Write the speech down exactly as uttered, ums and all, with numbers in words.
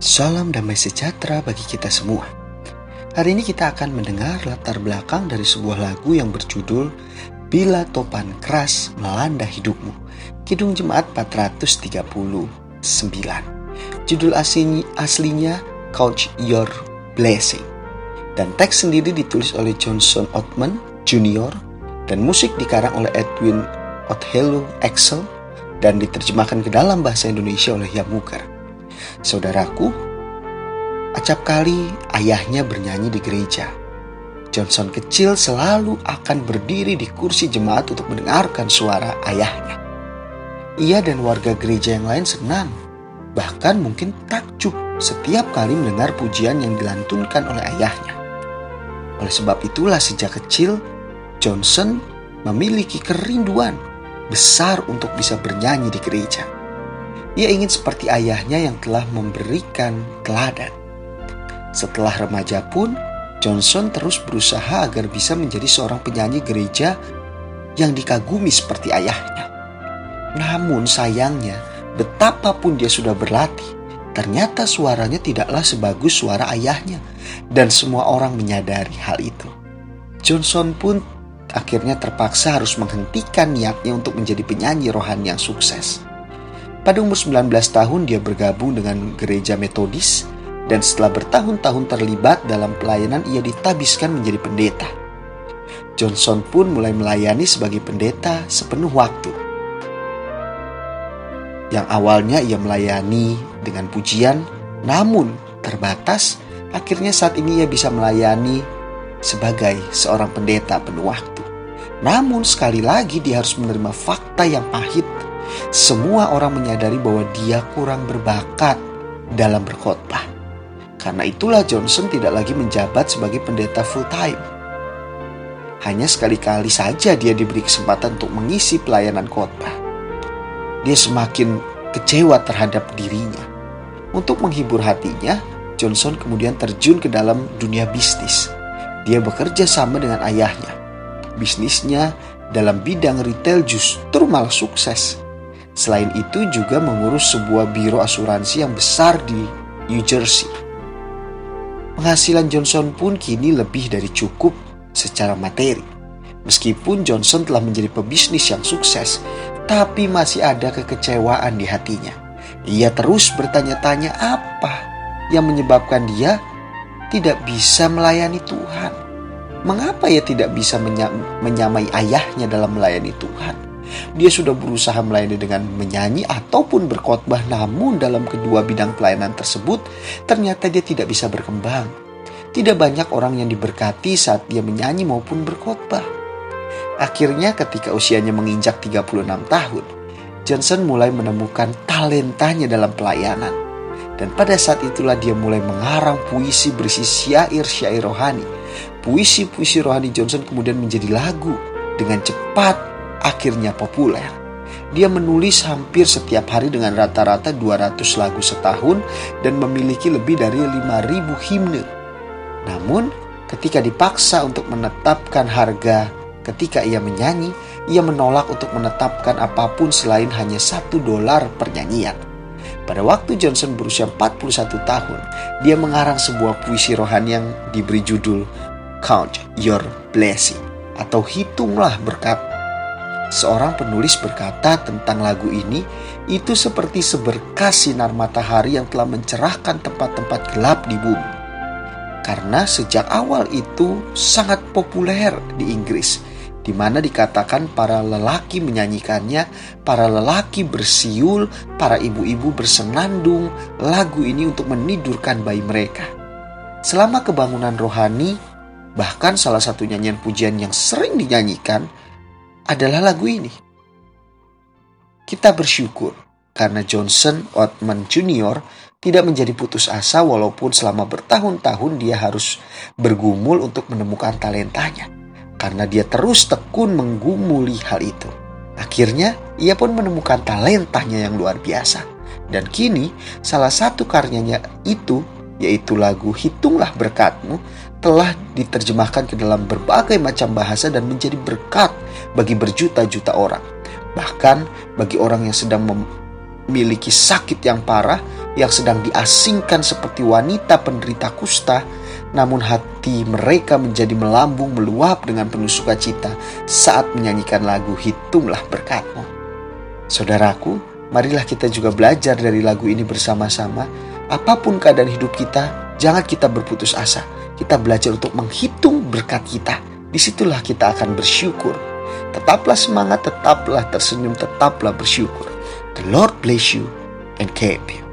Salam damai sejahtera bagi kita semua. Hari ini kita akan mendengar latar belakang dari sebuah lagu yang berjudul Bila Topan Keras Melanda Hidupmu, Kidung Jemaat empat ratus tiga puluh sembilan. Judul asli, aslinya Count Your Blessing. Dan teks sendiri ditulis oleh Johnson Ottman Junior dan musik dikarang oleh Edwin Othello Axel dan diterjemahkan ke dalam bahasa Indonesia oleh Yamuger. Saudaraku, acap kali ayahnya bernyanyi di gereja. Johnson kecil selalu akan berdiri di kursi jemaat untuk mendengarkan suara ayahnya. Ia dan warga gereja yang lain senang, bahkan mungkin takjub setiap kali mendengar pujian yang dilantunkan oleh ayahnya. Oleh sebab itulah sejak kecil, Johnson memiliki kerinduan besar untuk bisa bernyanyi di gereja. Ia ingin seperti ayahnya yang telah memberikan teladan. Setelah remaja pun, Johnson terus berusaha agar bisa menjadi seorang penyanyi gereja yang dikagumi seperti ayahnya. Namun sayangnya, betapapun dia sudah berlatih, ternyata suaranya tidaklah sebagus suara ayahnya, dan semua orang menyadari hal itu. Johnson pun akhirnya terpaksa harus menghentikan niatnya untuk menjadi penyanyi rohani yang sukses. Pada umur sembilan belas tahun dia bergabung dengan gereja Metodis, dan setelah bertahun-tahun terlibat dalam pelayanan ia ditabiskan menjadi pendeta. Johnson pun mulai melayani sebagai pendeta sepenuh waktu. Yang awalnya ia melayani dengan pujian, namun terbatas, akhirnya saat ini ia bisa melayani sebagai seorang pendeta penuh waktu. Namun sekali lagi dia harus menerima fakta yang pahit. Semua orang menyadari bahwa dia kurang berbakat dalam berkhotbah. Karena itulah Johnson tidak lagi menjabat sebagai pendeta full time. Hanya sekali-kali saja dia diberi kesempatan untuk mengisi pelayanan khotbah. Dia semakin kecewa terhadap dirinya. Untuk menghibur hatinya, Johnson kemudian terjun ke dalam dunia bisnis. Dia bekerja sama dengan ayahnya. Bisnisnya dalam bidang retail justru malah sukses. Selain itu juga mengurus sebuah biro asuransi yang besar di New Jersey. Penghasilan Johnson pun kini lebih dari cukup secara materi. Meskipun Johnson telah menjadi pebisnis yang sukses, tapi masih ada kekecewaan di hatinya. Ia terus bertanya-tanya apa yang menyebabkan dia tidak bisa melayani Tuhan. Mengapa ia tidak bisa menya- menyamai ayahnya dalam melayani Tuhan? Dia sudah berusaha melayani dengan menyanyi ataupun berkhotbah, namun dalam kedua bidang pelayanan tersebut ternyata dia tidak bisa berkembang. Tidak banyak orang yang diberkati saat dia menyanyi maupun berkhotbah. Akhirnya ketika usianya menginjak tiga puluh enam tahun, Johnson mulai menemukan talentanya dalam pelayanan. Dan pada saat itulah dia mulai mengarang puisi berisi syair-syair rohani. Puisi-puisi rohani Johnson kemudian menjadi lagu dengan cepat. Akhirnya populer. Dia menulis hampir setiap hari dengan rata-rata dua ratus lagu setahun dan memiliki lebih dari lima ribu himne. Namun, ketika dipaksa untuk menetapkan harga ketika ia menyanyi, ia menolak untuk menetapkan apapun selain hanya satu dolar per nyanyian. Pada waktu Johnson berusia empat puluh satu tahun, dia mengarang sebuah puisi rohani yang diberi judul Count Your Blessing atau Hitunglah Berkat. Seorang penulis berkata tentang lagu ini, itu seperti seberkas sinar matahari yang telah mencerahkan tempat-tempat gelap di bumi. Karena sejak awal itu sangat populer di Inggris, di mana dikatakan para lelaki menyanyikannya, para lelaki bersiul, para ibu-ibu bersenandung lagu ini untuk menidurkan bayi mereka. Selama kebangunan rohani, bahkan salah satu nyanyian pujian yang sering dinyanyikan adalah lagu ini. Kita bersyukur karena Johnson Ottman Junior tidak menjadi putus asa walaupun selama bertahun-tahun dia harus bergumul untuk menemukan talentanya. Karena dia terus tekun menggumuli hal itu. Akhirnya ia pun menemukan talentanya yang luar biasa. Dan kini salah satu karyanya itu, yaitu lagu Hitunglah Berkatmu, telah diterjemahkan ke dalam berbagai macam bahasa dan menjadi berkat bagi berjuta-juta orang. Bahkan bagi orang yang sedang memiliki sakit yang parah, yang sedang diasingkan seperti wanita penderita kusta, namun hati mereka menjadi melambung meluap dengan penuh sukacita saat menyanyikan lagu Hitunglah Berkat-Mu. Saudaraku, marilah kita juga belajar dari lagu ini bersama-sama. Apapun keadaan hidup kita, jangan kita berputus asa. Kita belajar untuk menghitung berkat kita. Disitulah kita akan bersyukur. Tetaplah semangat, tetaplah tersenyum, tetaplah bersyukur. The Lord bless you and keep you.